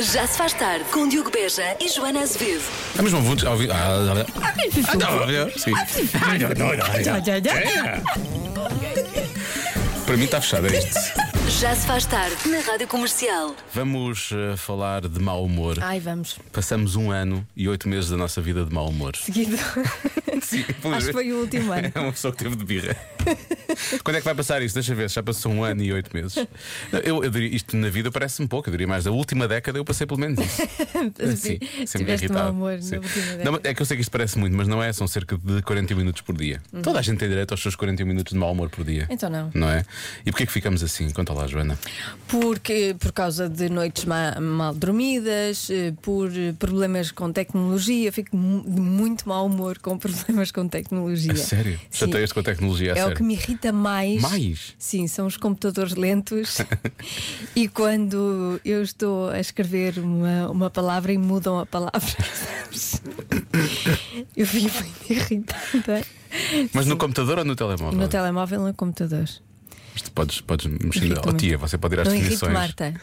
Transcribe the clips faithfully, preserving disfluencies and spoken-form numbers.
Já se faz tarde com Diogo Beja e Joana Azevedo. Estamos juntos a ouvir. Ah, sim. Para mim está fechado, é isto. Já se faz tarde na Rádio Comercial. Vamos uh, falar de mau humor. Ai, vamos. Passamos um ano e oito meses da nossa vida de mau humor. Seguido. Sim, Acho que foi o último ano. É uma pessoa que teve de birra. Quando é que vai passar isto? Deixa ver, já passou um ano e oito meses. Eu, eu diria, isto na vida parece-me pouco. Eu diria mais da última década eu passei pelo menos isso. Sim, sempre tiveste mau humor na última década. Não, é que eu sei que isto parece muito, mas não é, são cerca de quarenta minutos por dia. Uhum. Toda a gente tem direito aos seus quarenta minutos de mau humor por dia. Então não. Não é? E porquê é que ficamos assim? Conta lá, Joana. Porque, por causa de noites ma- mal dormidas, eh, por problemas com tecnologia. Fico mu- de muito mau humor com problemas com tecnologia. É sério? Sim. Chateias com a tecnologia, a É sério? o que me irrita mais. Mais? Sim, são os computadores lentos. E quando eu estou a escrever uma, uma palavra e mudam a palavra, sabes? Eu fico muito irritada. Mas Sim. no computador ou no telemóvel? No telemóvel ou no computador? Mas tu podes, podes mexer. Irrita-me. Oh, tia, você pode ir às Não irrito, definições. Marta.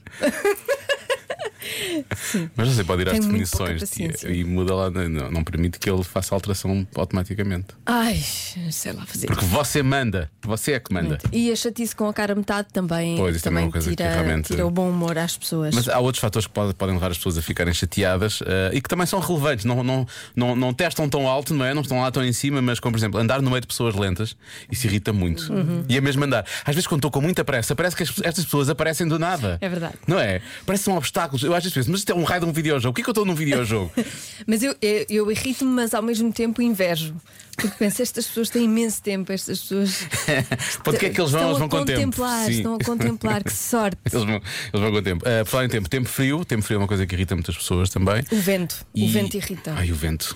Sim. Mas você pode ir às Tenho muito pouca definições, tia, paciência. e muda lá. Não, não permite que ele faça a alteração automaticamente. Ai, sei lá fazer. Porque você manda. Você é que manda. E a chatice com a cara metade também, Pois, isso também é também uma coisa que tira, realmente- tira o bom humor às pessoas. Mas há outros fatores que pode- podem levar as pessoas a ficarem chateadas eh, e que também são relevantes. Não, não, não, não testam tão alto, não é? Não estão lá tão em cima, mas como por exemplo andar no meio de pessoas lentas, isso irrita muito. Uhum. E é mesmo andar. Às vezes, quando estou com muita pressa, parece que as- estas pessoas aparecem do nada. É verdade. Não é? Parece que são obstáculos. Eu às vezes penso, mas isto é um raio de um videojogo. Por que é que eu estou num videojogo? Mas eu, eu, eu irrito-me, mas ao mesmo tempo invejo. Porque penso, estas pessoas têm imenso tempo, estas pessoas. Para que é que eles vão? estão Eles vão a com tempo. contemplar, Sim. estão a contemplar, que sorte. Eles vão, eles vão com tempo. Uh, por falar em tempo, tempo frio. Tempo frio é uma coisa que irrita muitas pessoas também. O vento, E- o vento irrita. Ai, o vento.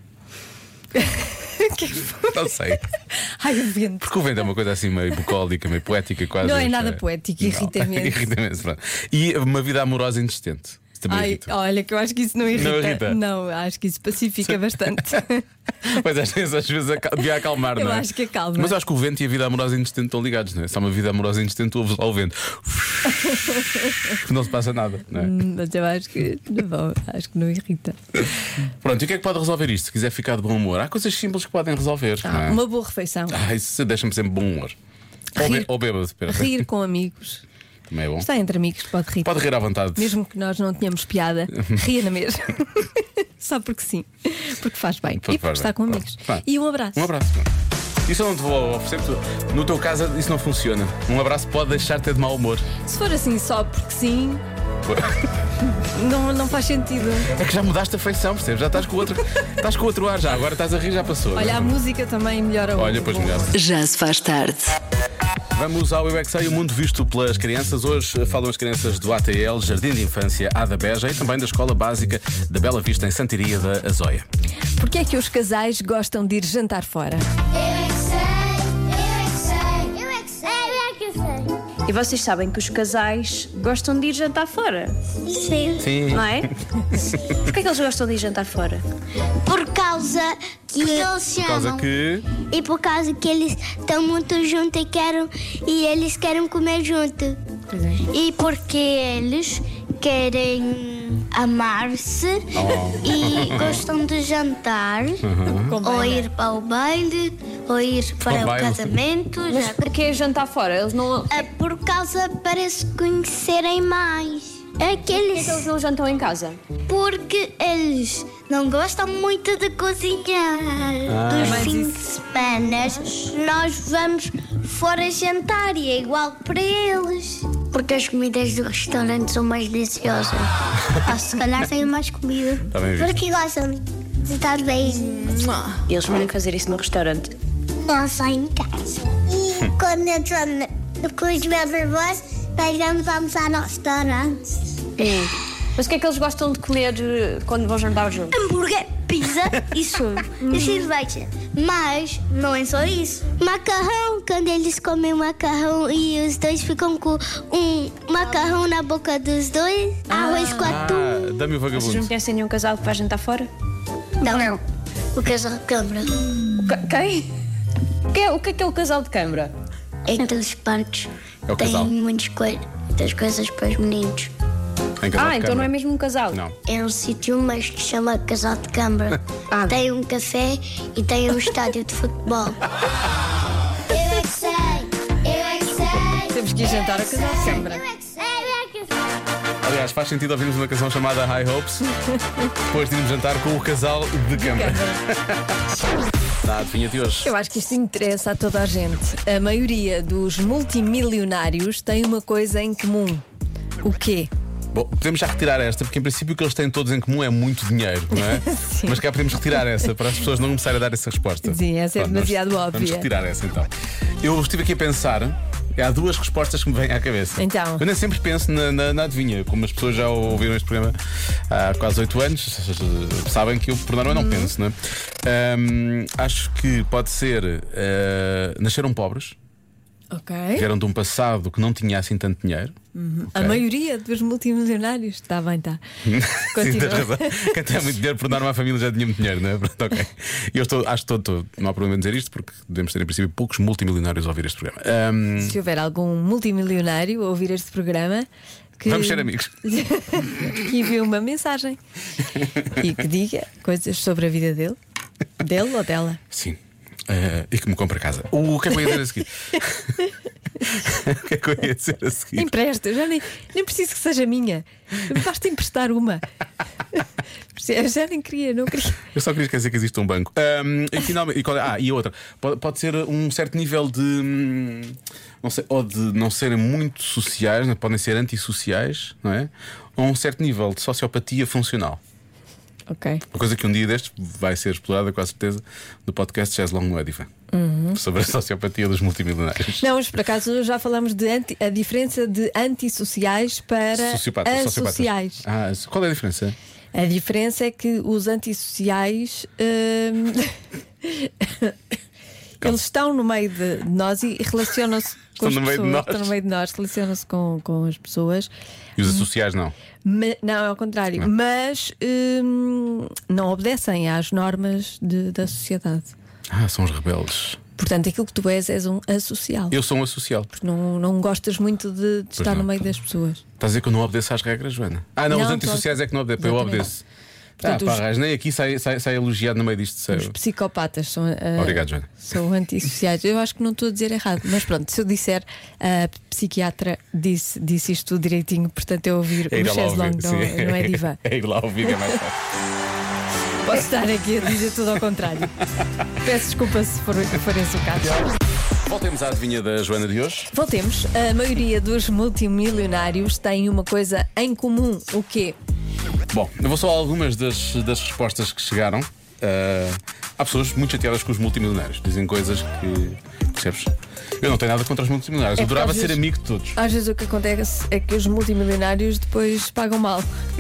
Que foi? Não sei. Ai, o vento. Porque o vento é uma coisa assim meio bucólica, meio poética, quase. Não é nada poético, irrita Não, imenso. irrita imenso, pronto. E uma vida amorosa insistente. Isso também Ai, irrita. olha, que eu acho que isso não irrita. Não irrita? Não, acho que isso pacifica bastante. Pois às vezes, às vezes acal- devia acalmar, Eu não é? acho que acalma. Mas eu acho que o vento e a vida amorosa insistente estão ligados, não é? Se há uma vida amorosa insistente, tu ouves lá o vento. Não se passa nada, não é? Hum, Mas eu acho que bom, acho que não irrita. Pronto, e o que é que pode resolver isto? Se quiser ficar de bom humor, há coisas simples que podem resolver. não Ah, é? uma boa refeição. Ah, isso deixa-me sempre bom humor. Ou, Rir. bê- ou bêbado, espera. Rir com amigos. Também é bom. Está entre amigos, pode rir. Pode rir à vontade. Mesmo que nós não tenhamos piada, ria na mesma. Só porque sim. Porque faz bem. Porque e porque faz está bem. com Pronto. amigos. Pronto. E um abraço. Um abraço. Isso eu não te vou oferecer. porque No teu caso, isso não funciona. Um abraço pode deixar-te de mau humor. Se for assim só porque sim, não, não faz sentido. É que já mudaste a feição, percebes? Já estás com o outro, estás com o outro ar já. Agora estás a rir, já passou. Olha, a música também melhora o Olha, pois melhor. Já se faz tarde. Vamos ao Eu é que Sei, o mundo visto pelas crianças. Hoje falam as crianças do A T L, Jardim de Infância Ada Beja, e também da Escola Básica da Bela Vista, em Santiria da Azóia. Porquê é que os casais gostam de ir jantar fora? Eu é que sei, eu é que sei, eu é que sei, eu é que sei. E vocês sabem que os casais gostam de ir jantar fora, Sim. Sim. não é? Porquê é que eles gostam de ir jantar fora? Por causa que eles Por causa chamam. que. E por causa que eles estão muito juntos e, querem, e eles querem comer junto. E porque eles querem amar-se Oh. e gostam de jantar, ou ir para o baile, ou ir para o baile. casamento. Mas já- porquê jantar fora? Eles não. É por causa para se conhecerem mais. É que Porquê eles, que eles não jantam em casa? porque eles não gostam muito de cozinhar. Dos mais fins isso. de semana nós vamos fora jantar e é igual para eles. Porque as comidas do restaurante são mais deliciosas. Ou se calhar têm mais comida. Tá bem visto. Porque gostam de estar bem. Eles podem fazer isso no restaurante. Não só em casa. E quando eu estou com os meus avós, nós vamos almoçar no restaurante. Mas o que é que eles gostam de comer eh, quando vão jantar juntos? Hambúrguer, pizza e sumo. E cerveja. Mas não é só isso. Macarrão, quando eles comem macarrão e os dois ficam com um macarrão na boca dos dois. Arroz com atum. Ah, dá-me o Vocês não vagabundo. conhecem nenhum casal que vai jantar fora? Não, não. O casal de câmara. O ca- Quem? O que, é, o que é que é o casal de câmara? É aqueles parques. É o casal. Tem muitas, coi muitas coisas para os meninos. Em casal Ah, de então câmara. não é mesmo um casal? Não. É um sítio, mas que se chama Casal de Câmara. Ah. Tem um café e tem um estádio de futebol. Eu é que sei, eu é que sei. Temos que ir jantar ao casal de Câmara. Eu é que sei, eu é que sei. Aliás, faz sentido ouvirmos uma canção chamada High Hopes depois de irmos jantar com o casal de câmara. Na adivinha de hoje. Eu acho que isto interessa a toda a gente. A maioria dos multimilionários tem uma coisa em comum. O quê? Bom, podemos já retirar esta, porque em princípio o que eles têm todos em comum é muito dinheiro, não é? Sim. Mas cá podemos retirar essa para as pessoas não começarem a dar essa resposta. Sim, essa é Pronto, demasiado vamos, óbvia. Vamos retirar essa então. Eu estive aqui a pensar. Há duas respostas que me vêm à cabeça. Então. Eu nem sempre penso na, na, na adivinha. Como as pessoas já ouviram este programa há quase oito anos, sabem que eu, por norma, não Hum. penso, não é? Hum, acho que pode ser. Uh, nasceram pobres, Ok. vieram de um passado que não tinha assim tanto dinheiro. A maioria dos multimilionários. Está bem, está. Sim, Continua. tens razão. Quem tem muito dinheiro, por norma, a família já tinha muito dinheiro, não é? Pronto, ok. Eu estou, acho que estou, estou, não há problema em dizer isto, porque devemos ter, em princípio, poucos multimilionários a ouvir este programa. Hum, Se houver algum multimilionário a ouvir este programa, que, Vamos ser amigos. que envie uma mensagem e que diga coisas sobre a vida dele, dele ou dela. Sim. Eh, e que me compre a casa. O que é que eu ia dizer a seguir? O que é que eu ia dizer a seguir? Empresta, eu já nem, nem preciso que seja minha. Basta emprestar uma. Eu já nem queria, não queria. Eu só queria esquecer que existe um banco. Ahm, e finalmente, e qual é- ah, e outra. Pode, pode ser um certo nível de. hum, Não sei, ou de não serem muito sociais, né? Podem ser antissociais, não é? Ou um certo nível de sociopatia funcional. Ok. Uma coisa que um dia deste vai ser explorada, com a certeza, no podcast Jazz Long no Ediva. Sobre a sociopatia dos multimilionários. Não, mas por acaso já falamos de anti- a diferença de antissociais para Sociopatas, sociopatas. associais. Ah, qual é a diferença? A diferença é que os antissociais hum, eles estão no meio de nós e relacionam-se com Estão as no meio de pessoas. nós. Estão no meio de nós, relacionam-se com, com as pessoas. E os associais não. Ma- não, é ao contrário. Não. Mas hum, não obedecem às normas de- da sociedade. Ah, são os rebeldes. Portanto, aquilo que tu és és um associal. Eu sou um associal. Não, não gostas muito de, de estar não. no meio das pessoas. Estás a dizer que eu não obedeço às regras, Joana? Ah, não, Não, os antissociais é que não obedecem. Eu exatamente. obedeço. Portanto, ah, os- pá, nem aqui sai, sai, sai elogiado no meio disto. Sei. Os psicopatas são, ah, Obrigado, Joana. são antissociais. Eu acho que não estou a dizer errado, mas pronto, se eu disser a psiquiatra disse, disse isto tudo direitinho, portanto eu ouvir É ir o lá Chaz Long, ouvir. não, sim. não é diva. É ir lá ouvir, é mais fácil. Posso estar aqui a dizer tudo ao contrário. Peço desculpa se for, for esse o caso. Voltemos à adivinha da Joana de hoje. Voltemos. A maioria dos multimilionários tem uma coisa em comum. O quê? Bom, eu vou só a algumas das, das respostas que chegaram. Ah, há pessoas muito chateadas com os multimilionários. Dizem coisas que. Percebes? Eu não tenho nada contra os multimilionários. É Eu porque adorava às ser vezes- amigo de todos. Às vezes o que acontece é que os multimilionários depois pagam mal.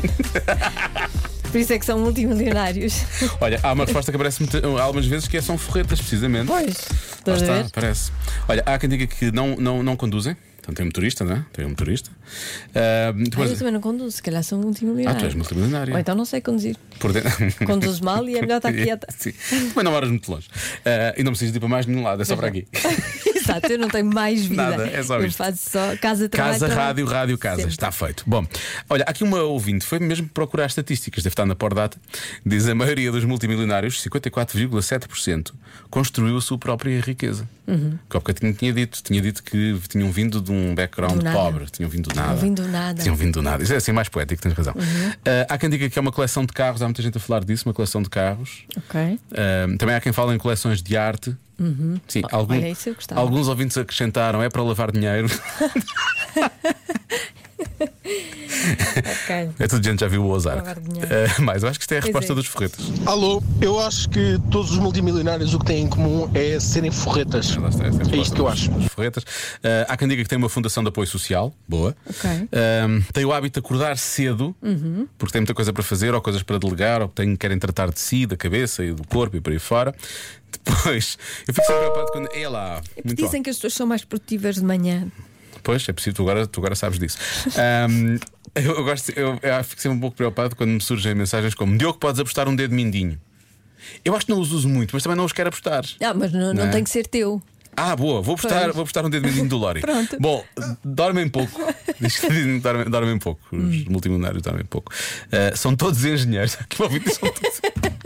Por isso é que são multimilionários. Olha, há uma resposta que aparece muito- algumas vezes que é são forretas, precisamente. Pois, Lá estás a está, ver? parece. Olha, há quem diga que não, não, não conduzem. Então tem um motorista, não é? Tem um motorista. Ah, Ah, depois, eu também não conduzo, se calhar sou ah, multimilionário. tu és multimilionário. Ou então não sei conduzir. Por dentro. Conduzes mal e é melhor estar quieta. Sim. Também não moras muito longe. Ah, e não precisas ir para mais nenhum lado, é só para aqui. Exato, eu não tenho mais vida. Nada, é só eu isto. faço só casa, trabalho. Casa, trabalho. rádio, rádio, casa. Sempre. Está feito. Bom, olha, aqui uma ouvinte foi mesmo procurar estatísticas, deve estar na Pordata. Diz a maioria dos multimilionários, cinquenta e quatro vírgula sete por cento, construiu a sua própria riqueza. Uhum. Que há bocadinho tinha dito, tinha dito que tinham vindo de um background Do nada. pobre, tinham vindo do nada. Tinham vindo do nada. Tinham vindo do nada. Isso é assim mais poético, tens razão. Uhum. Ah, há quem diga que é uma coleção de carros, há muita gente a falar disso, uma coleção de carros. Ok. Ah, também há quem fala em coleções de arte. Sim, Oh, algum- olha, isso eu gostava. alguns ouvintes acrescentaram é para lavar dinheiro. Ok. É tudo gente que já viu o Ozark. Lavar dinheiro. Ah, mas eu acho que isto é a Pois resposta é. dos forretas. Alô, eu acho que todos os multimilionários o que têm em comum é serem forretas. Lá está, esta a É isto que eu resposta acho. dos forretas. Ah, há quem diga que tem uma fundação de apoio social. Boa. Ok. Ah, tem o hábito de acordar cedo, Uhum. porque tem muita coisa para fazer, ou coisas para delegar, ou tem, querem tratar de si, da cabeça e do corpo e por aí fora. Depois, eu fico sempre preocupado quando. É lá. Muito bom. Dizem que as pessoas são mais produtivas de manhã. Pois, é possível, tu agora, tu agora sabes disso. Ahm, eu, eu gosto, eu, eu fico sempre um pouco preocupado quando me surgem mensagens como: Diogo, podes apostar um dedo mindinho. Eu acho que não os uso muito, mas também não os quero apostar. Ah, mas não, não Não é? tem que ser teu. Ah, boa, vou postar, Pois. vou postar um dedo mindinho do Lori. Pronto. Bom, dormem pouco. Diz que dormem, dormem pouco. Os Hum. multimilionários dormem pouco. Uh, são todos engenheiros. Aqui o ouvinte são todos.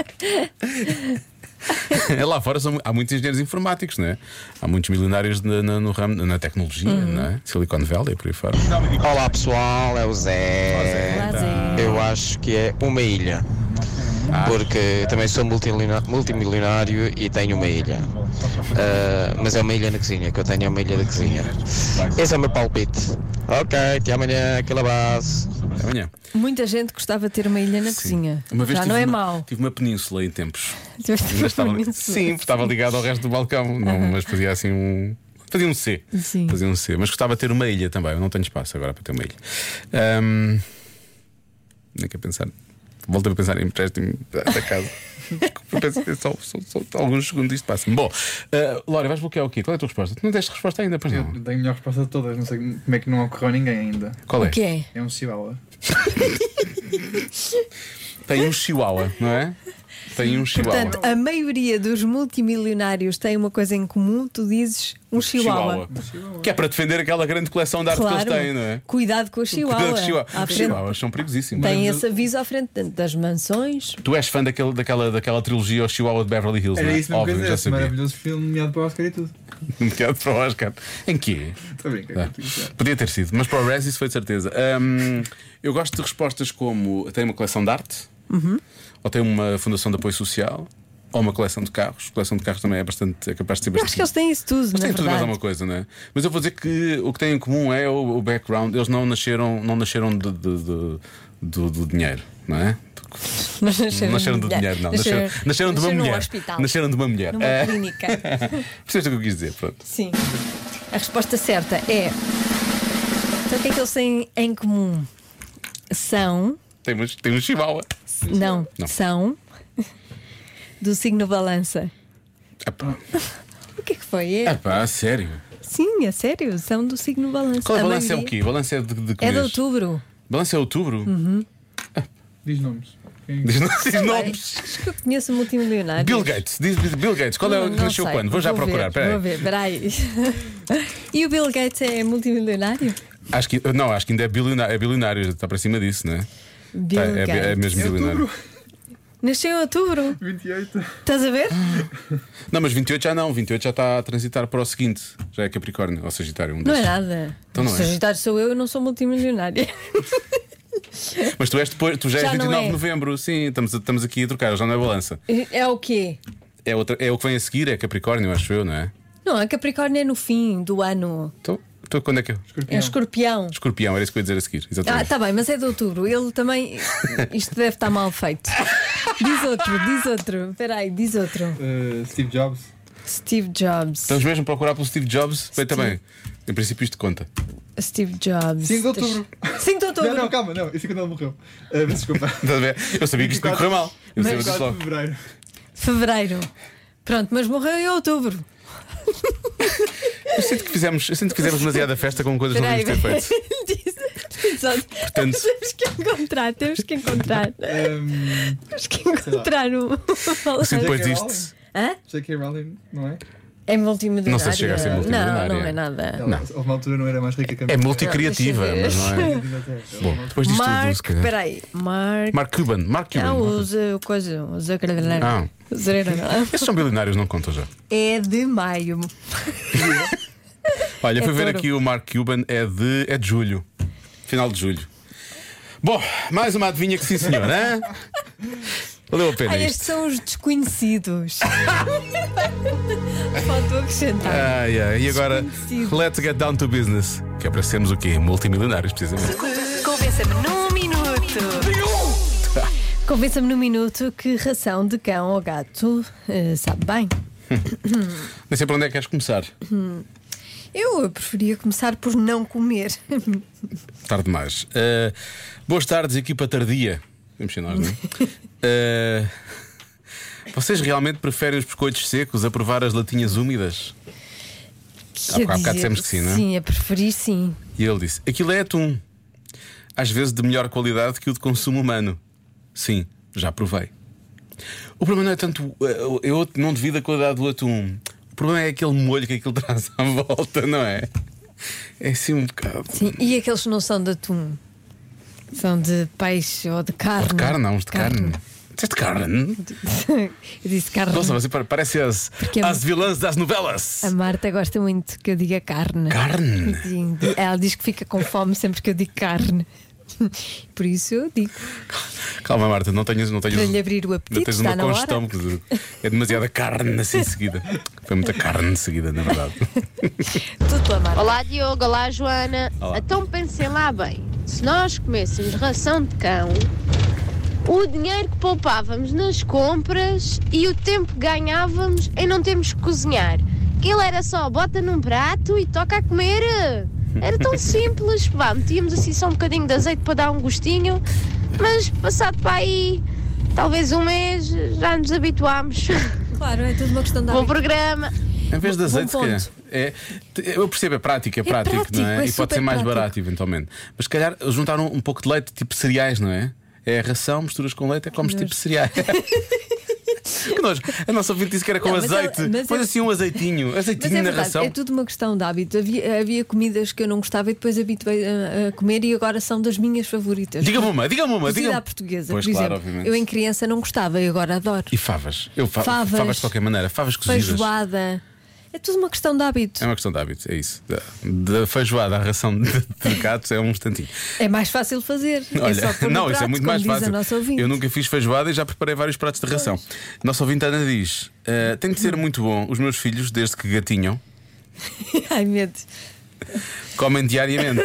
É, lá fora são, há muitos engenheiros informáticos, não é? Há muitos milionários na, na- no ramo, na tecnologia, Uhum. não é? Silicon Valley, por aí fora. Olá pessoal, é o Zé. Olá, Zé. Eu acho que é uma ilha. Porque também sou multimilioná- multimilionário e tenho uma ilha. Ah, mas é uma ilha na cozinha, que eu tenho é uma ilha da cozinha. Esse é o meu palpite. Ok, até amanhã, aquele abraço. Até amanhã. Muita gente gostava de ter uma ilha na Sim. cozinha. Uma vez Já tive não é uma, mau. Tive uma península em tempos. Tiveste Ainda uma estava, península. sim, porque estava ligado ao resto do balcão, não, mas fazia assim um. Fazia um C. Sim. Fazia um C. Mas gostava de ter uma ilha também. Eu não tenho espaço agora para ter uma ilha. Ahm, Nem quero pensar. Volto a pensar em empréstimo da da casa. Desculpa, penso, é só, só, só alguns segundos isto passa. Bom, uh, Lória, vais bloquear o quê? Qual é a tua resposta? Tu não deste resposta ainda, pois Eu não? tenho a melhor resposta de todas, não sei como é que não ocorreu a ninguém ainda. Qual é? O que é? É um chihuahua. Tem um chihuahua, não é? Tem um chihuahua. Portanto, a maioria dos multimilionários tem uma coisa em comum, tu dizes um chihuahua. Que é para defender aquela grande coleção de arte Claro. que eles têm, não é? Cuidado com o Cuidado chihuahua. com os chihuahua. À Os frente- chihuahuas são perigosíssimos. Tem esse aviso à frente das mansões. Tu és fã daquele, daquela, daquela trilogia O Chihuahua de Beverly Hills, Era não é? isso mesmo que eu Óbvio, ia já dizer. sabia. Maravilhoso filme, nomeado para o Oscar e tudo. Nomeado para o Oscar. Em quê? Estou a brincar. Ah, contigo, já. podia ter sido, mas para o Rez isso foi de certeza. Hum, eu gosto de respostas como: tem uma coleção de arte, Uhum. ou tem uma fundação de apoio social, ou uma coleção de carros. Coleção de carros também é bastante, é capaz de ser Eu bastante. acho que eles têm isso tudo, Mas na tem tudo mais verdade. alguma coisa, não é? Mas eu vou dizer que o que têm em comum é o, o background. Eles não nasceram, não nasceram de, de- de- do, do dinheiro, não é? Mas Não nasceram do dinheiro, não. Nasceram, nasceram de uma num mulher. hospital, Nasceram de uma mulher. numa É. clínica. Percebeste o que eu quis dizer? Pronto. Sim. A resposta certa é. Então o que é que eles têm em comum? São. Tem, um- tem um chihuahua. Não, Não. são do signo balança. Epá, O que é que foi? É... epá, sério. Sim, é sério, são do signo balança. Qual é A o balanço? É o maioria- quê? Balanço é de, de que É de mês? outubro. Balanço é outubro? Diz nomes. Quem- Diz, diz Sei, nomes. acho que eu conheço multimilionários. Bill Gates. Diz Bill Gates. Qual é o Não, que não nasceu sei. quando? Vou já Vou procurar. ver, Espera Vou aí. ver, peraí. E o Bill Gates é multimilionário? Acho que, não, acho que ainda é bilionário. É bilionário. Está para cima disso, não é? Bill Tá, é, Gates. é mesmo bilionário. Nasceu em outubro. vinte e oito. Estás a ver? Não, mas vinte e oito já não. vinte e oito já está a transitar para o seguinte. Já é Capricórnio ou Sagitário. Um Não é desses. nada. Então não é. Sagitário sou eu, eu não sou multimilionária. Mas tu és depois, tu já, Já és não vinte e nove de é. novembro. Sim, estamos, a- estamos aqui a trocar. Já não é balança. É o quê? É, outra, é o que vem a seguir. É Capricórnio, acho eu, não é? Não, a Capricórnio é no fim do ano. Então, então quando é que é? É escorpião. Escorpião, era isso que eu ia dizer a seguir. Ah, Exatamente. tá bem, mas é de outubro. Ele também. Isto deve estar mal feito. Diz outro, diz outro. Espera aí, diz outro. Uh, Steve Jobs. Steve Jobs. Estamos mesmo a procurar pelo Steve Jobs. Bem, também. Em princípio, isto conta. Steve Jobs. cinco de outubro. cinco de outubro. Não, não, calma, não. Isso é quando ele morreu. Uh, desculpa. Estás a ver? Eu sabia que isto ia correr mal. Eu sabia disso quatro logo. de fevereiro. Fevereiro. Pronto, mas morreu em outubro. Eu sinto que fizemos, eu sinto que fizemos demasiada festa com coisas que não Espera aí, devíamos ter feito. diz, diz outro. Portanto- Temos que encontrar, temos que encontrar. Um, Temos que encontrar um. Assim, depois J K. disto. Hã? J K. Rowling, não é? É multimilionária. Não sei se chega a ser multimilionária. Não, não é nada. Ela, houve uma altura não era mais rica que a É minha. multicriativa, Não, mas deixa não é. eu Bom, depois disto tudo, Mark, se calhar. espera aí. Mark. Mark Cuban. Mark Cuban. Não, os uh, coisa, os Ah. Esses são bilionários, não contam já. É de maio. Olha, É fui ver touro. aqui o Mark Cuban, é de, é de julho. Final de julho. Bom, mais uma adivinha que sim, senhor, hein? Valeu a pena Ah, isto. estes são os desconhecidos. Faltou acrescentar. Ai, ai. E agora, Desconhecido. let's get down to business. Que é para sermos o quê? Multimilionários, precisamente. Convença-me num minuto. Convença-me num minuto que ração de cão ou gato eh, sabe bem. Nem sei para onde é que queres começar. Eu preferia começar por não comer. Tarde demais. Uh, boas tardes, equipa tardia. Vamos ser nós, não é? Uh, vocês realmente preferem os biscoitos secos a provar as latinhas úmidas? Há bocado- há bocado dissemos que sim, não é? Sim, a preferir sim. E ele disse: aquilo é atum. Às vezes de melhor qualidade que o de consumo humano. Sim, já provei. O problema não é tanto. uh, Eu não devido a qualidade do atum. O problema é aquele molho que aquilo traz à volta, não é? É assim um bocado. Sim, e aqueles que não são de atum? São de peixe ou de carne? Ou de carne, não, uns de carne. Disseste carne? Eu disse carne. Nossa, você parece as, a, as vilãs das novelas. A Marta gosta muito que eu diga carne. Carne? Sim, ela diz que fica com fome sempre que eu digo carne. Por isso eu digo. Calma, Marta, não tenhas, não tenhas, para lhe abrir o apetite, não tens está uma na congestão, hora. porque é demasiada carne assim em seguida. Foi muita carne de seguida, na verdade. Tudo pela Marta. Olá Diogo, olá Joana. Olá. Então pensem lá bem, se nós comêssemos ração de cão, o dinheiro que poupávamos nas compras e o tempo que ganhávamos em não termos que cozinhar, aquilo era só bota num prato e toca a comer. Era tão simples, vá, metíamos assim só um bocadinho de azeite para dar um gostinho, mas passado para aí talvez um mês já nos habituámos. Claro, é tudo uma questão de Bom hábito. programa. Em vez de Bom azeite, se calhar. ponto. É, eu percebo, é prático, é, É prático, prático, não é? é E pode ser super mais prático. barato, eventualmente. Mas se calhar juntaram um pouco de leite, tipo cereais, não é? É a ração, misturas com leite, é comes nojo. tipo cereais. Que nojo. A nossa ouvinte disse que era com Não, mas azeite. ela- mas Põe eu- assim um azeitinho, Mas azeitinho é na verdade, ração. é tudo uma questão de hábito. Havia, havia comidas que eu não gostava e depois habituei a, a comer e agora são das minhas favoritas. Diga-me uma, diga-me uma, Cozida diga-me. à portuguesa, Pois, por claro, exemplo. obviamente. Eu em criança não gostava e agora adoro. E favas. Eu fa Favas. favas de qualquer maneira, favas cozidas. Feijoada. É tudo uma questão de hábito. É uma questão de hábitos, é isso. Da, da feijoada à ração de, de gatos é um instantinho. É mais fácil fazer. é Olha, só pôr no não, prato, isso é muito como mais diz fácil. a nossa ouvinte. Eu nunca fiz feijoada e já preparei vários pratos de ração. Nossa ouvinte Ana diz: "Ah, tem de ser muito bom. Os meus filhos, desde que gatinham, Ai, medo. comem diariamente."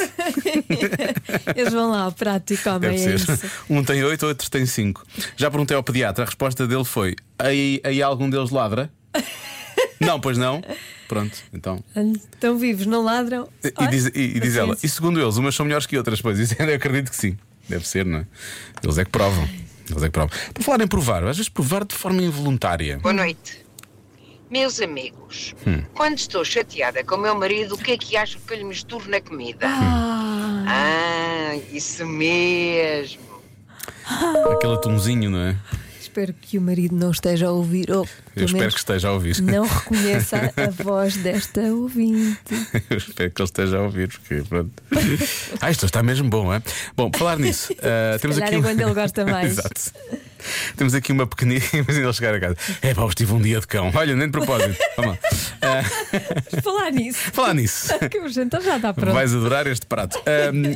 Eles vão lá ao prato e comem. Deve é ser. isso. Um tem oito, outro tem cinco. Já perguntei ao pediatra, a resposta dele foi: aí, aí algum deles ladra? Não, pois não. Pronto, então. Estão vivos, não ladram. E Olha, diz, e- e diz ela: paciência. e segundo eles, umas são melhores que outras. Pois isso eu acredito que sim. Deve ser, não é? Eles é que provam. Eles é que provam. Por falar em provar, às vezes provar de forma involuntária. Boa noite. Meus amigos, Hum. quando estou chateada com o meu marido, o que é que acham que eu lhe misturo na comida? Ah, Ah, isso mesmo. Aquele atumzinho, não é? espero que o marido não esteja a ouvir. Ou, Eu pelo espero menos, que esteja a ouvir. não reconheça a voz desta ouvinte. Eu espero que ele esteja a ouvir, porque pronto. Ah, isto está mesmo bom, é? Bom, por falar nisso, ah, temos calhar aqui. é quando ele gosta mais. Exato. Temos aqui uma pequenina. Imagina ele chegar a casa. É pá, eu tive um dia de cão. Olha, nem de propósito. Vamos lá. Ah, Falar nisso. falar nisso. Que o jantar já está pronto. Vais adorar este prato. Ahm,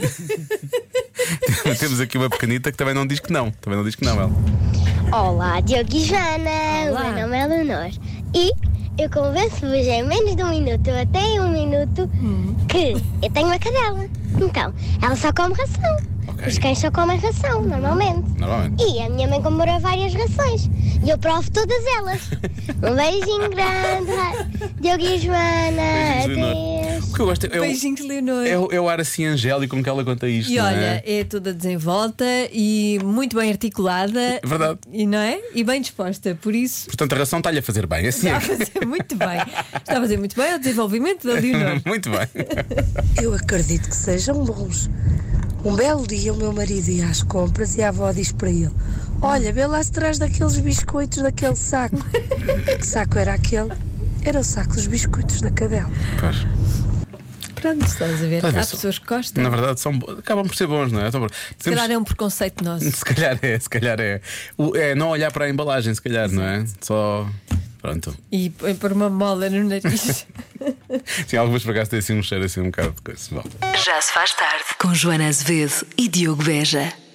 Temos aqui uma pequenita que também não diz que não. Também não diz que não, ela. Olá, Diogo e Joana. Olá. O meu nome é Leonor. E eu convenço-vos em menos de um minuto, ou até em um minuto, que eu tenho uma cadela. Então, ela só come ração. Ok. Os cães só comem ração, normalmente. Normalmente. E a minha mãe comprou várias rações. E eu provo todas elas. Um beijinho grande. Diogo e Joana. Beijinhos, Leonor. Adeus. O que eu gosto é o, Beijinhos, Leonor. é, o, é o ar assim angélico com que ela conta isto. E não olha, é? é toda desenvolta e muito bem articulada. É verdade. E não é? E bem disposta. Por isso, Portanto, a ração está-lhe a fazer bem. Assim está é a fazer muito bem. Está a fazer muito bem ao desenvolvimento da Leonor. que... Muito bem. Eu acredito que sejam bons. Um belo dia o meu marido ia às compras e a avó diz para ele: olha, vê lá se traz daqueles biscoitos daquele saco. Que saco era aquele? Era o saco dos biscoitos da cadela. Pois. Pronto, estás a ver. Estás a ver, Há são- pessoas que gostam. Na verdade, são, bo- acabam por ser bons, não é? Então, Se temos- calhar é um preconceito nosso. Se calhar é, se calhar é. O- É não olhar para a embalagem, se calhar, não é? Só. Pronto. E põe por uma mola no nariz. Sim, algumas por acaso têm assim um cheiro assim um bocado de coisa. Bom. Já se faz tarde com Joana Azevedo e Diogo Beja.